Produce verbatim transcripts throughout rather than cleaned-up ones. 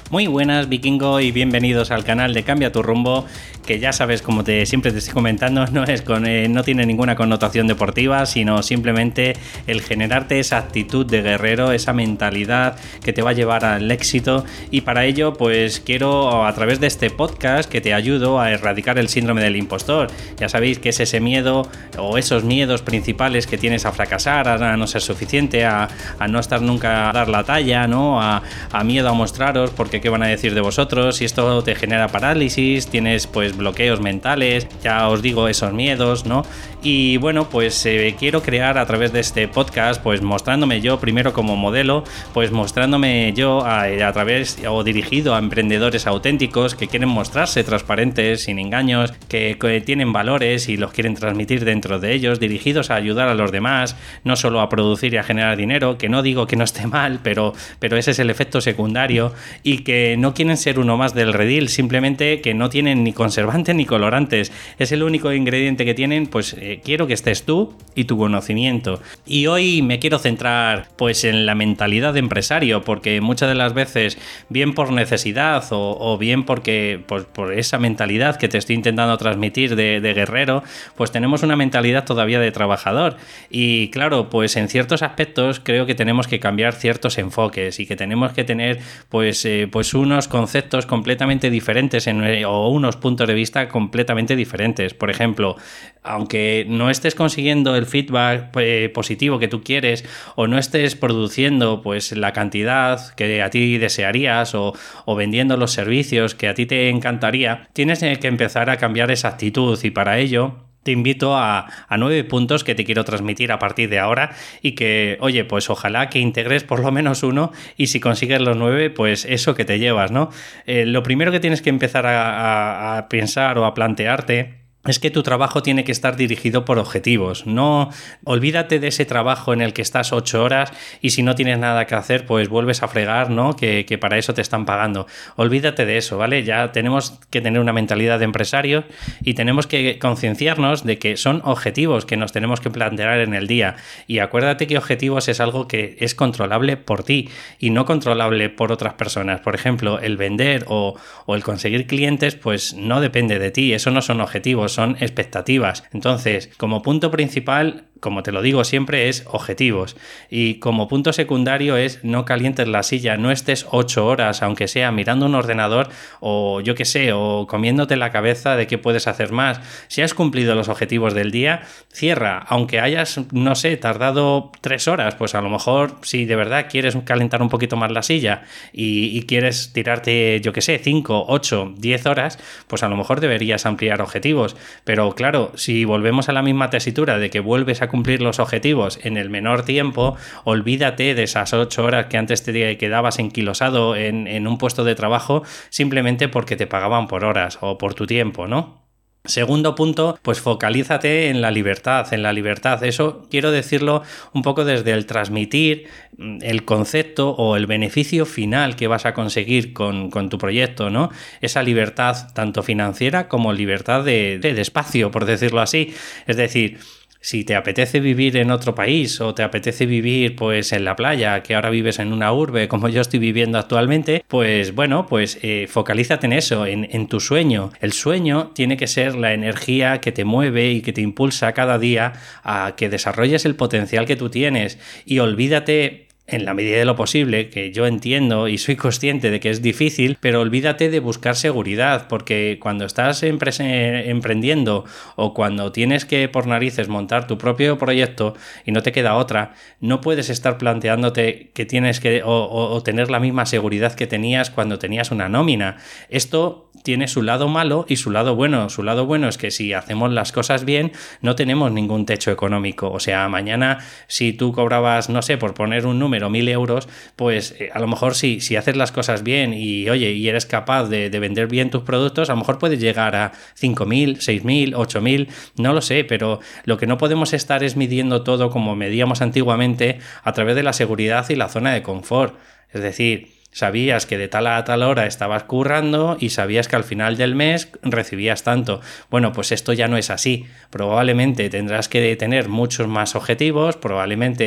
Muy buenas, vikingo, y bienvenidos al canal de Cambia tu Rumbo, que ya sabes, como te siempre te estoy comentando, no es con, eh, no tiene ninguna connotación deportiva, sino simplemente el generarte esa actitud de guerrero, esa mentalidad que te va a llevar al éxito. Y para ello, pues quiero, a través de este podcast, que te ayudo a erradicar el síndrome del impostor. Ya sabéis que es ese miedo o esos miedos principales que tienes a fracasar, a no ser suficiente, a, a no estar nunca a dar la talla, ¿no? A, a miedo a mostraros, porque qué van a decir de vosotros, si esto te genera parálisis, tienes pues bloqueos mentales, ya os digo, esos miedos, ¿no? Y bueno, pues eh, quiero crear a través de este podcast, pues mostrándome yo primero como modelo, pues mostrándome yo a, a través o dirigido a emprendedores auténticos que quieren mostrarse transparentes, sin engaños, que, que tienen valores y los quieren transmitir dentro de ellos, dirigidos a ayudar a los demás, no solo a producir y a generar dinero, que no digo que no esté mal, pero, pero ese es el efecto secundario, y que no quieren ser uno más del redil, simplemente que no tienen ni conservantes ni colorantes, es el único ingrediente que tienen. Pues eh, quiero que estés tú y tu conocimiento. Y hoy me quiero centrar pues en la mentalidad de empresario, porque muchas de las veces, bien por necesidad o, o bien porque pues, por esa mentalidad que te estoy intentando transmitir de, de guerrero, pues tenemos una mentalidad todavía de trabajador. Y claro, pues en ciertos aspectos creo que tenemos que cambiar ciertos enfoques y que tenemos que tener pues, eh, pues unos conceptos completamente diferentes en, o unos puntos de vista completamente diferentes. Por ejemplo, aunque no estés consiguiendo el feedback eh, positivo que tú quieres, o no estés produciendo pues la cantidad que a ti desearías, o, o vendiendo los servicios que a ti te encantaría, tienes que empezar a cambiar esa actitud. Y para ello te invito a, a nueve puntos que te quiero transmitir a partir de ahora, y que, oye, pues ojalá que integres por lo menos uno, y si consigues los nueve, pues eso que te llevas, ¿no? Eh, lo primero que tienes que empezar a, a, a pensar o a plantearte es que tu trabajo tiene que estar dirigido por objetivos. No, olvídate de ese trabajo en el que estás ocho horas y si no tienes nada que hacer, pues vuelves a fregar, ¿no? Que, que para eso te están pagando. Olvídate de eso, ¿vale? Ya tenemos que tener una mentalidad de empresario y tenemos que concienciarnos de que son objetivos que nos tenemos que plantear en el día. Y acuérdate que objetivos es algo que es controlable por ti y no controlable por otras personas. Por ejemplo, el vender o, o el conseguir clientes, pues no depende de ti. Eso no son objetivos, son expectativas. Entonces, como punto principal, como te lo digo siempre, es objetivos. Y como punto secundario es no calientes la silla, no estés ocho horas, aunque sea mirando un ordenador o yo qué sé, o comiéndote la cabeza de qué puedes hacer más. Si has cumplido los objetivos del día, cierra. Aunque hayas, no sé, tardado tres horas, pues a lo mejor si de verdad quieres calentar un poquito más la silla y, y quieres tirarte, yo qué sé, cinco, ocho, diez horas, pues a lo mejor deberías ampliar objetivos. Pero claro, si volvemos a la misma tesitura de que vuelves a cumplir los objetivos en el menor tiempo, olvídate de esas ocho horas que antes te quedabas enquilosado en, en un puesto de trabajo simplemente porque te pagaban por horas o por tu tiempo, ¿no? Segundo punto, pues focalízate en la libertad, en la libertad. Eso quiero decirlo un poco desde el transmitir el concepto o el beneficio final que vas a conseguir con, con tu proyecto, ¿no? Esa libertad tanto financiera como libertad de, de, de espacio, por decirlo así. Es decir, si te apetece vivir en otro país o te apetece vivir pues en la playa, que ahora vives en una urbe como yo estoy viviendo actualmente, pues bueno, pues eh, focalízate en eso, en, en tu sueño. El sueño tiene que ser la energía que te mueve y que te impulsa cada día a que desarrolles el potencial que tú tienes, y olvídate, en la medida de lo posible, que yo entiendo y soy consciente de que es difícil, pero olvídate de buscar seguridad, porque cuando estás empre- emprendiendo o cuando tienes que por narices montar tu propio proyecto y no te queda otra, no puedes estar planteándote que tienes que o, o, o tener la misma seguridad que tenías cuando tenías una nómina. Esto tiene su lado malo y su lado bueno. Su lado bueno es que si hacemos las cosas bien, no tenemos ningún techo económico. O sea, mañana si tú cobrabas, no sé, por poner un número, mil euros, pues eh, a lo mejor sí, si haces las cosas bien y oye, y eres capaz de, de vender bien tus productos, a lo mejor puedes llegar a cinco mil, seis mil, ocho mil, no lo sé, pero lo que no podemos estar es midiendo todo como medíamos antiguamente a través de la seguridad y la zona de confort. Es decir, sabías que de tal a tal hora estabas currando y sabías que al final del mes recibías tanto. Bueno, pues esto ya no es así. Probablemente tendrás que tener muchos más objetivos, probablemente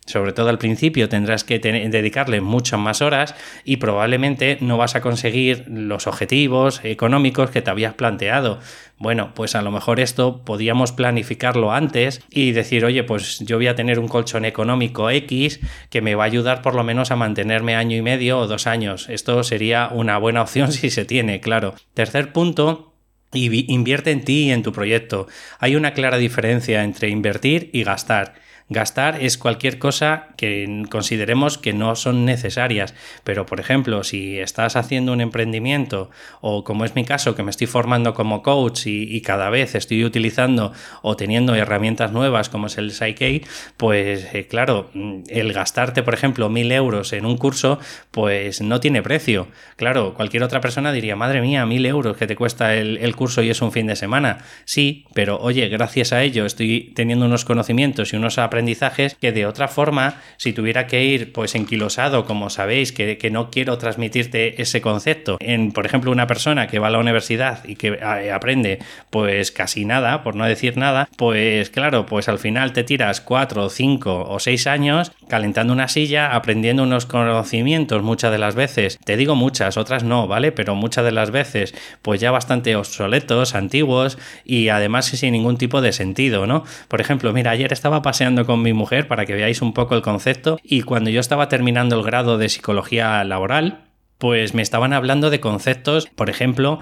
sobre todo al principio tendrás que tener, dedicarle muchas más horas y probablemente no vas a conseguir los objetivos económicos que te habías planteado. Bueno, pues a lo mejor esto podíamos planificarlo antes y decir, oye, pues yo voy a tener un colchón económico X que me va a ayudar por lo menos a mantenerme año y medio o dos años. Esto sería una buena opción si se tiene, claro. Tercer punto, invierte en ti y en tu proyecto. Hay una clara diferencia entre invertir y gastar. Gastar es cualquier cosa que consideremos que no son necesarias, pero por ejemplo, si estás haciendo un emprendimiento o como es mi caso, que me estoy formando como coach y, y cada vez estoy utilizando o teniendo herramientas nuevas como es el Psyche, pues eh, claro, el gastarte por ejemplo mil euros en un curso, pues no tiene precio. Claro, cualquier otra persona diría, madre mía, mil euros que te cuesta el, el curso y es un fin de semana. Sí, pero oye, gracias a ello estoy teniendo unos conocimientos y unos aprendizajes aprendizajes que de otra forma, si tuviera que ir pues enquilosado, como sabéis, que, que no quiero transmitirte ese concepto en, por ejemplo, una persona que va a la universidad y que a, aprende pues casi nada, por no decir nada, pues claro, pues al final te tiras cuatro, cinco o seis años calentando una silla, aprendiendo unos conocimientos muchas de las veces, te digo muchas, otras no, ¿vale? Pero muchas de las veces pues ya bastante obsoletos, antiguos y además sin ningún tipo de sentido, ¿no? Por ejemplo, mira, ayer estaba paseando con mi mujer para que veáis un poco el concepto y cuando yo estaba terminando el grado de psicología laboral, pues me estaban hablando de conceptos, por ejemplo,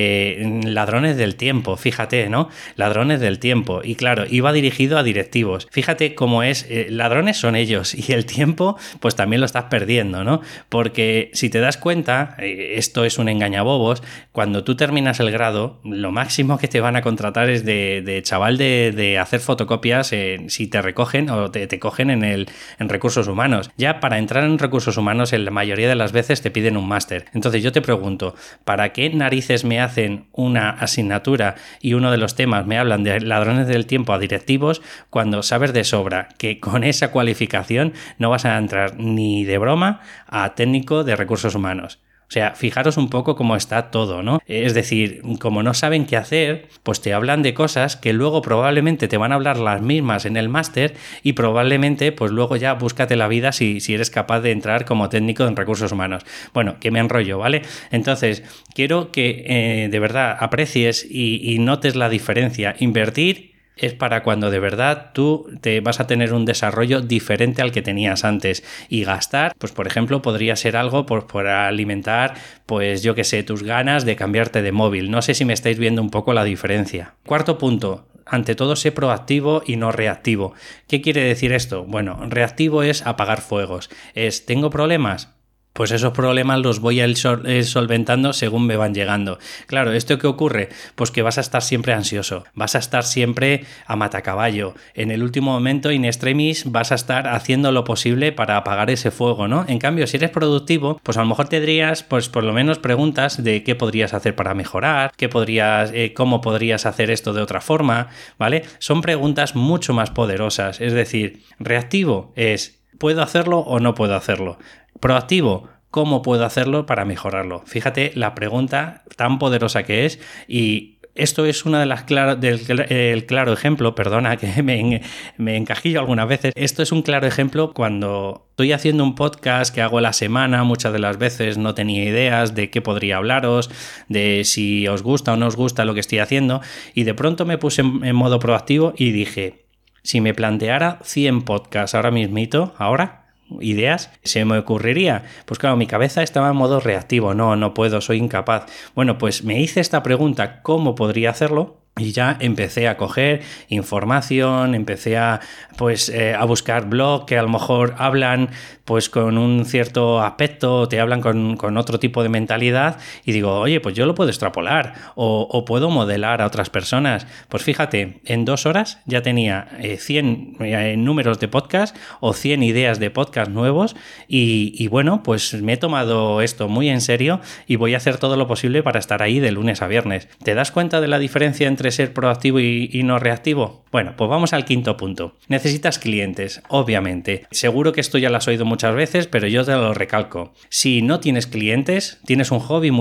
de ladrones del tiempo, fíjate, ¿no? Ladrones del tiempo. Y claro, iba dirigido a directivos. Fíjate cómo es, eh, ladrones son ellos y el tiempo, pues también lo estás perdiendo, ¿no? Porque si te das cuenta, eh, esto es un engañabobos, cuando tú terminas el grado, lo máximo que te van a contratar es de, de chaval de, de hacer fotocopias eh, si te recogen o te, te cogen en, el, en recursos humanos. Ya para entrar en recursos humanos, en la mayoría de las veces te piden un máster. Entonces yo te pregunto, ¿para qué narices me hacen una asignatura y uno de los temas me hablan de ladrones del tiempo a directivos cuando sabes de sobra que con esa cualificación no vas a entrar ni de broma a técnico de recursos humanos? O sea, fijaros un poco cómo está todo, ¿no? Es decir, como no saben qué hacer, pues te hablan de cosas que luego probablemente te van a hablar las mismas en el máster y probablemente pues luego ya búscate la vida si, si eres capaz de entrar como técnico en recursos humanos. Bueno, que me enrollo, ¿vale? Entonces, quiero que eh, de verdad aprecies y, y notes la diferencia. Invertir es para cuando de verdad tú te vas a tener un desarrollo diferente al que tenías antes. Y gastar, pues por ejemplo, podría ser algo por, por alimentar, pues yo que sé, tus ganas de cambiarte de móvil. No sé si me estáis viendo un poco la diferencia. Cuarto punto. Ante todo, sé proactivo y no reactivo. ¿Qué quiere decir esto? Bueno, reactivo es apagar fuegos. Es, ¿tengo problemas? Pues esos problemas los voy a ir solventando según me van llegando. Claro, ¿esto qué ocurre? Pues que vas a estar siempre ansioso, vas a estar siempre a matacaballo. En el último momento, in extremis, vas a estar haciendo lo posible para apagar ese fuego, ¿no? En cambio, si eres productivo, pues a lo mejor tendrías, pues por lo menos preguntas de qué podrías hacer para mejorar, qué podrías, eh, cómo podrías hacer esto de otra forma, ¿vale? Son preguntas mucho más poderosas. Es decir, reactivo es, ¿puedo hacerlo o no puedo hacerlo? Proactivo, ¿cómo puedo hacerlo para mejorarlo? Fíjate la pregunta tan poderosa que es y esto es una de las claras del el claro ejemplo, perdona que me, me encajillo algunas veces. Esto es un claro ejemplo cuando estoy haciendo un podcast que hago a la semana, muchas de las veces no tenía ideas de qué podría hablaros, de si os gusta o no os gusta lo que estoy haciendo y de pronto me puse en, en modo proactivo y dije, si me planteara cien podcasts ahora mismito, ahora ideas, se me ocurriría. Pues claro, mi cabeza estaba en modo reactivo, no, no puedo, soy incapaz. Bueno, pues me hice esta pregunta, ¿cómo podría hacerlo? Y ya empecé a coger información, empecé a, pues, eh, a buscar blogs que a lo mejor hablan pues con un cierto aspecto, te hablan con, con otro tipo de mentalidad y digo, oye, pues yo lo puedo extrapolar o, o puedo modelar a otras personas. Pues fíjate, en dos horas ya tenía eh, cien eh, números de podcast o cien ideas de podcast nuevos y, y bueno, pues me he tomado esto muy en serio y voy a hacer todo lo posible para estar ahí de lunes a viernes. ¿Te das cuenta de la diferencia entre ser proactivo y, y no reactivo? Bueno, pues vamos al quinto punto. Necesitas clientes, obviamente. Seguro que esto ya lo has oído muchas veces, pero yo te lo recalco. Si no tienes clientes, tienes un hobby muy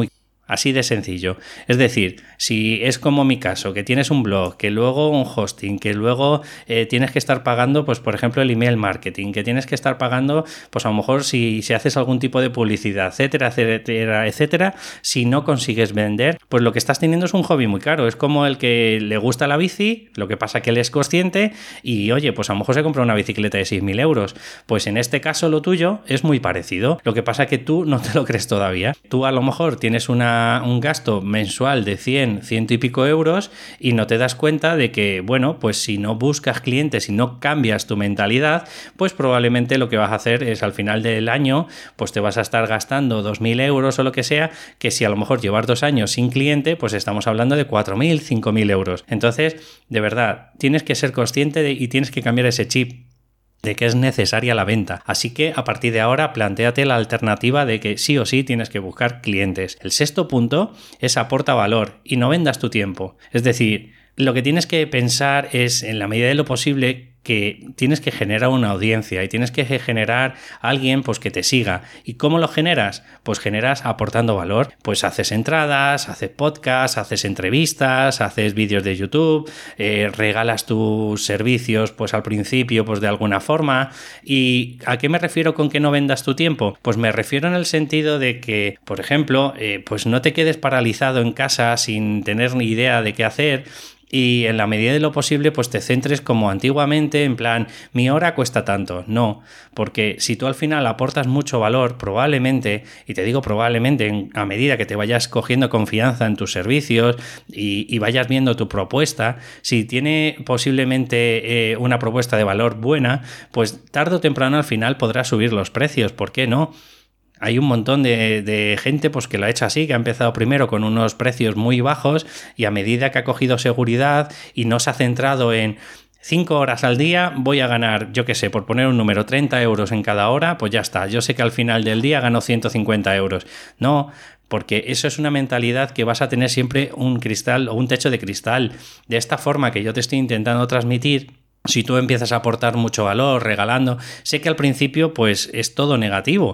Así de sencillo. Es decir, si es como mi caso, que tienes un blog, que luego un hosting, que luego eh, tienes que estar pagando, pues por ejemplo, el email marketing, que tienes que estar pagando, pues a lo mejor si, si haces algún tipo de publicidad, etcétera, etcétera, etcétera, si no consigues vender, pues lo que estás teniendo es un hobby muy caro. Es como el que le gusta la bici, lo que pasa que él es consciente y, oye, pues a lo mejor se compra una bicicleta de seis mil euros. Pues en este caso lo tuyo es muy parecido. Lo que pasa que tú no te lo crees todavía. Tú a lo mejor tienes una un gasto mensual de cien, ciento y pico euros y no te das cuenta de que, bueno, pues si no buscas clientes y no cambias tu mentalidad, pues probablemente lo que vas a hacer es al final del año, pues te vas a estar gastando dos mil euros o lo que sea, que si a lo mejor llevas dos años sin cliente, pues estamos hablando de cuatro mil, cinco mil euros. Entonces, de verdad, tienes que ser consciente de, y tienes que cambiar ese chip de que es necesaria la venta. Así que a partir de ahora plantéate la alternativa de que sí o sí tienes que buscar clientes. El sexto punto es aporta valor y no vendas tu tiempo. Es decir, lo que tienes que pensar es, en la medida de lo posible, que tienes que generar una audiencia y tienes que generar a alguien pues, que te siga. ¿Y cómo lo generas? Pues generas aportando valor. Pues haces entradas, haces podcasts, haces entrevistas, haces vídeos de YouTube, eh, regalas tus servicios pues al principio pues de alguna forma. ¿Y a qué me refiero con que no vendas tu tiempo? Pues me refiero en el sentido de que, por ejemplo, eh, pues no te quedes paralizado en casa sin tener ni idea de qué hacer. Y en la medida de lo posible pues te centres como antiguamente en plan mi hora cuesta tanto. No, porque si tú al final aportas mucho valor, probablemente, y te digo probablemente, a medida que te vayas cogiendo confianza en tus servicios y, y vayas viendo tu propuesta, si tiene posiblemente eh, una propuesta de valor buena, pues tarde o temprano al final podrás subir los precios. ¿Por qué no? Hay un montón de, de gente pues, que lo ha hecho así, que ha empezado primero con unos precios muy bajos y a medida que ha cogido seguridad y no se ha centrado en cinco horas al día, voy a ganar, yo qué sé, por poner un número, treinta euros en cada hora, pues ya está. Yo sé que al final del día gano ciento cincuenta euros. No, porque eso es una mentalidad que vas a tener siempre un cristal o un techo de cristal. De esta forma que yo te estoy intentando transmitir, si tú empiezas a aportar mucho valor regalando, sé que al principio pues es todo negativo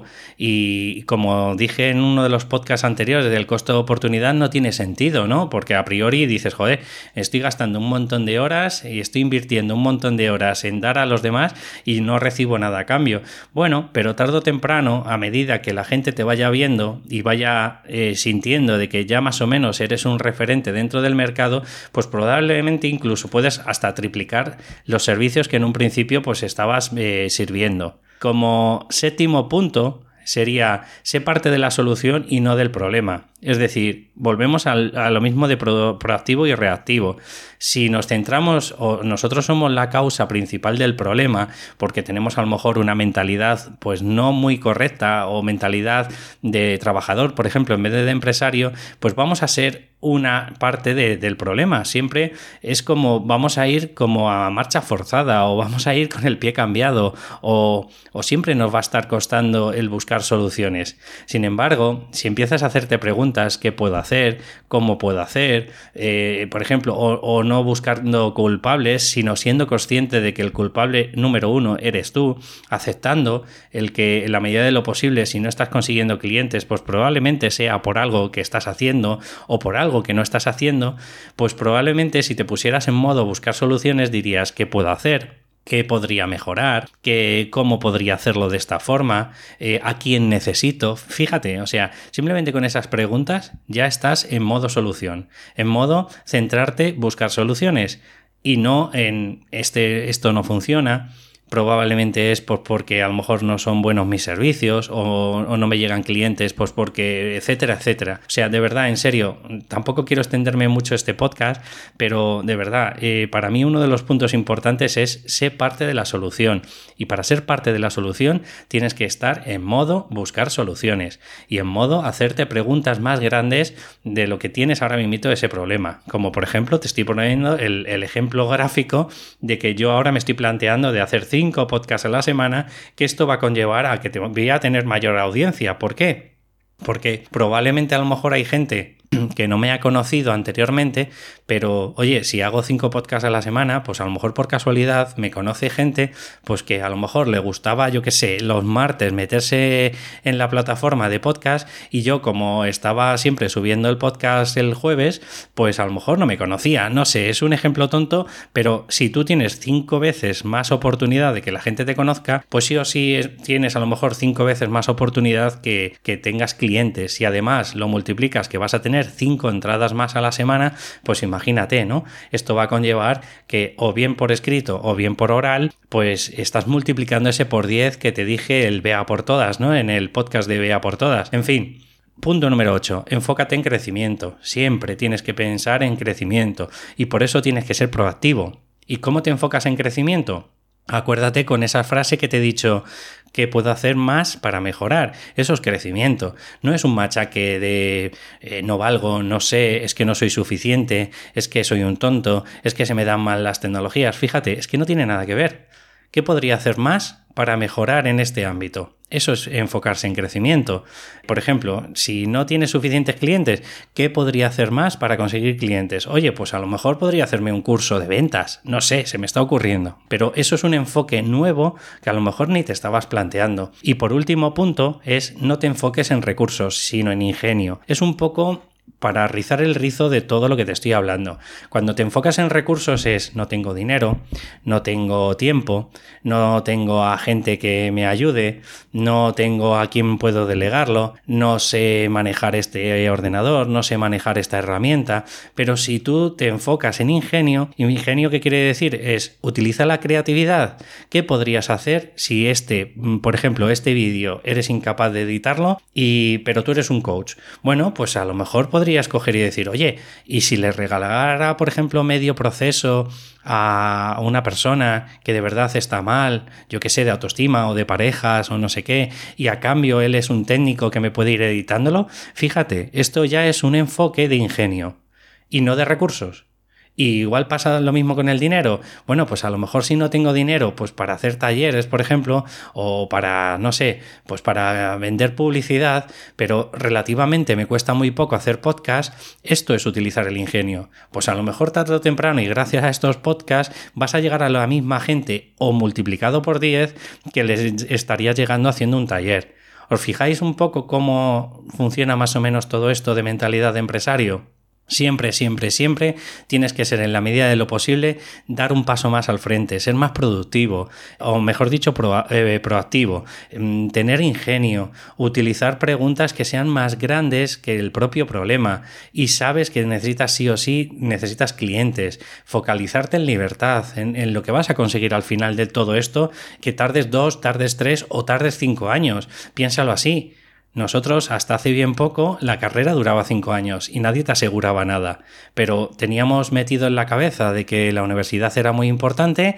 y como dije en uno de los podcasts anteriores del costo de oportunidad no tiene sentido, ¿no? Porque a priori dices, joder, estoy gastando un montón de horas y estoy invirtiendo un montón de horas en dar a los demás y no recibo nada a cambio. Bueno, pero tarde o temprano, a medida que la gente te vaya viendo y vaya eh, sintiendo de que ya más o menos eres un referente dentro del mercado, pues probablemente incluso puedes hasta triplicar los servicios que en un principio pues estabas eh, sirviendo. Como séptimo punto sería sé parte de la solución y no del problema. Es decir, volvemos al, a lo mismo de pro, proactivo y reactivo. Si nos centramos o nosotros somos la causa principal del problema porque tenemos a lo mejor una mentalidad pues no muy correcta o mentalidad de trabajador, por ejemplo, en vez de, de empresario, pues vamos a ser una parte de, del problema. Siempre es como vamos a ir como a marcha forzada o vamos a ir con el pie cambiado o, o siempre nos va a estar costando el buscar soluciones. Sin embargo, si empiezas a hacerte preguntas qué puedo hacer, cómo puedo hacer, eh, por ejemplo, o, o no buscando culpables, sino siendo consciente de que el culpable número uno eres tú, aceptando el que en la medida de lo posible, si no estás consiguiendo clientes, pues probablemente sea por algo que estás haciendo o por algo que no estás haciendo, pues probablemente si te pusieras en modo buscar soluciones dirías ¿qué puedo hacer? ¿Qué podría mejorar? ¿Qué, ¿Cómo podría hacerlo de esta forma? Eh, ¿A quién necesito? Fíjate, o sea, simplemente con esas preguntas ya estás en modo solución, en modo centrarte, buscar soluciones y no en este, esto no funciona. Probablemente es pues porque a lo mejor no son buenos mis servicios o, o no me llegan clientes, pues porque etcétera, etcétera. O sea, de verdad, en serio, tampoco quiero extenderme mucho este podcast, pero de verdad, eh, para mí uno de los puntos importantes es ser parte de la solución. Y para ser parte de la solución tienes que estar en modo buscar soluciones y en modo hacerte preguntas más grandes de lo que tienes ahora mismo de ese problema. Como por ejemplo, te estoy poniendo el, el ejemplo gráfico de que yo ahora me estoy planteando de hacer cinco podcasts a la semana, que esto va a conllevar a que te voy a tener mayor audiencia. ¿Por qué? Porque probablemente a lo mejor hay gente que no me ha conocido anteriormente, pero oye, si hago cinco podcasts a la semana, pues a lo mejor por casualidad me conoce gente pues que a lo mejor le gustaba, yo qué sé, los martes meterse en la plataforma de podcast, y yo, como estaba siempre subiendo el podcast el jueves, pues a lo mejor no me conocía. No sé, es un ejemplo tonto, pero si tú tienes cinco veces más oportunidad de que la gente te conozca, pues sí o sí tienes a lo mejor cinco veces más oportunidad que, que tengas clientes. Y además lo multiplicas, que vas a tener cinco entradas más a la semana, pues imagínate, ¿no? Esto va a conllevar que, o bien por escrito o bien por oral, pues estás multiplicando ese por diez que te dije el Vea por Todas, ¿no? En el podcast de Vea por Todas. En fin. Punto número ocho. Enfócate en crecimiento. Siempre tienes que pensar en crecimiento y por eso tienes que ser proactivo. ¿Y cómo te enfocas en crecimiento? Acuérdate con esa frase que te he dicho, que puedo hacer más para mejorar. Eso es crecimiento. No es un machaque de eh, no valgo, no sé, es que no soy suficiente, es que soy un tonto, es que se me dan mal las tecnologías. Fíjate, es que no tiene nada que ver. ¿Qué podría hacer más para mejorar en este ámbito? Eso es enfocarse en crecimiento. Por ejemplo, si no tienes suficientes clientes, ¿qué podría hacer más para conseguir clientes? Oye, pues a lo mejor podría hacerme un curso de ventas. No sé, se me está ocurriendo. Pero eso es un enfoque nuevo que a lo mejor ni te estabas planteando. Y por último punto es no te enfoques en recursos, sino en ingenio. Es un poco para rizar el rizo de todo lo que te estoy hablando. Cuando te enfocas en recursos es no tengo dinero, no tengo tiempo, no tengo a gente que me ayude, no tengo a quién puedo delegarlo, no sé manejar este ordenador, no sé manejar esta herramienta. Pero si tú te enfocas en ingenio, ¿y ingenio qué quiere decir? Es utiliza la creatividad. ¿Qué podrías hacer si este, por ejemplo, este vídeo eres incapaz de editarlo, y pero tú eres un coach? Bueno, pues a lo mejor podrías coger y decir, oye, ¿y si le regalara, por ejemplo, medio proceso a una persona que de verdad está mal, yo que sé, de autoestima o de parejas o no sé qué, y a cambio él es un técnico que me puede ir editándolo? Fíjate, esto ya es un enfoque de ingenio y no de recursos. Y igual pasa lo mismo con el dinero. Bueno, pues a lo mejor si no tengo dinero, pues para hacer talleres, por ejemplo, o para, no sé, pues para vender publicidad, pero relativamente me cuesta muy poco hacer podcast, esto es utilizar el ingenio. Pues a lo mejor tarde o temprano, y gracias a estos podcasts, vas a llegar a la misma gente o multiplicado por diez que les estaría llegando haciendo un taller. ¿Os fijáis un poco cómo funciona más o menos todo esto de mentalidad de empresario? Siempre, siempre, siempre tienes que ser, en la medida de lo posible, dar un paso más al frente, ser más productivo, o mejor dicho, pro, eh, proactivo, tener ingenio, utilizar preguntas que sean más grandes que el propio problema, y sabes que necesitas sí o sí, necesitas clientes, focalizarte en libertad, en, en lo que vas a conseguir al final de todo esto, que tardes dos, tardes tres o tardes cinco años, piénsalo así. Nosotros hasta hace bien poco la carrera duraba cinco años y nadie te aseguraba nada, pero teníamos metido en la cabeza de que la universidad era muy importante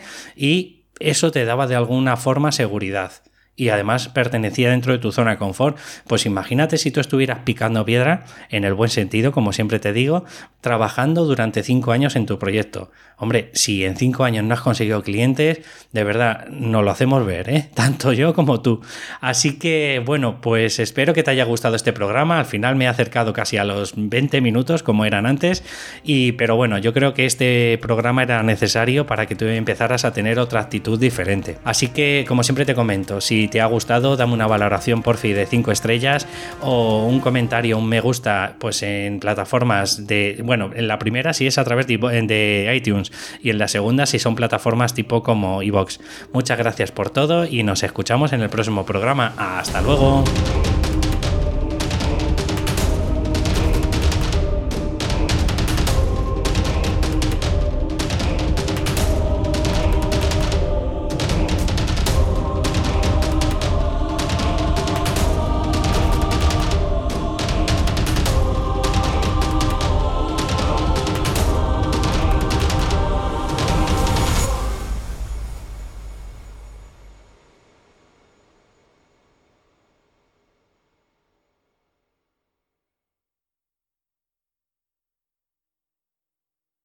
y eso te daba de alguna forma seguridad. Y además pertenecía dentro de tu zona de confort. Pues imagínate si tú estuvieras picando piedra, en el buen sentido, como siempre te digo, trabajando durante cinco años en tu proyecto. Hombre, si en cinco años no has conseguido clientes, de verdad, nos lo hacemos ver, ¿eh? Tanto yo como tú. Así que, bueno, pues espero que te haya gustado este programa. Al final me he acercado casi a los veinte minutos, como eran antes. Y, pero bueno, yo creo que este programa era necesario para que tú empezaras a tener otra actitud diferente. Así que, como siempre te comento, si te ha gustado, dame una valoración porfi de cinco estrellas o un comentario, un me gusta, pues en plataformas de, bueno, en la primera si es a través de, de iTunes y en la segunda si son plataformas tipo como iVoox. Muchas gracias por todo y nos escuchamos en el próximo programa. ¡Hasta luego!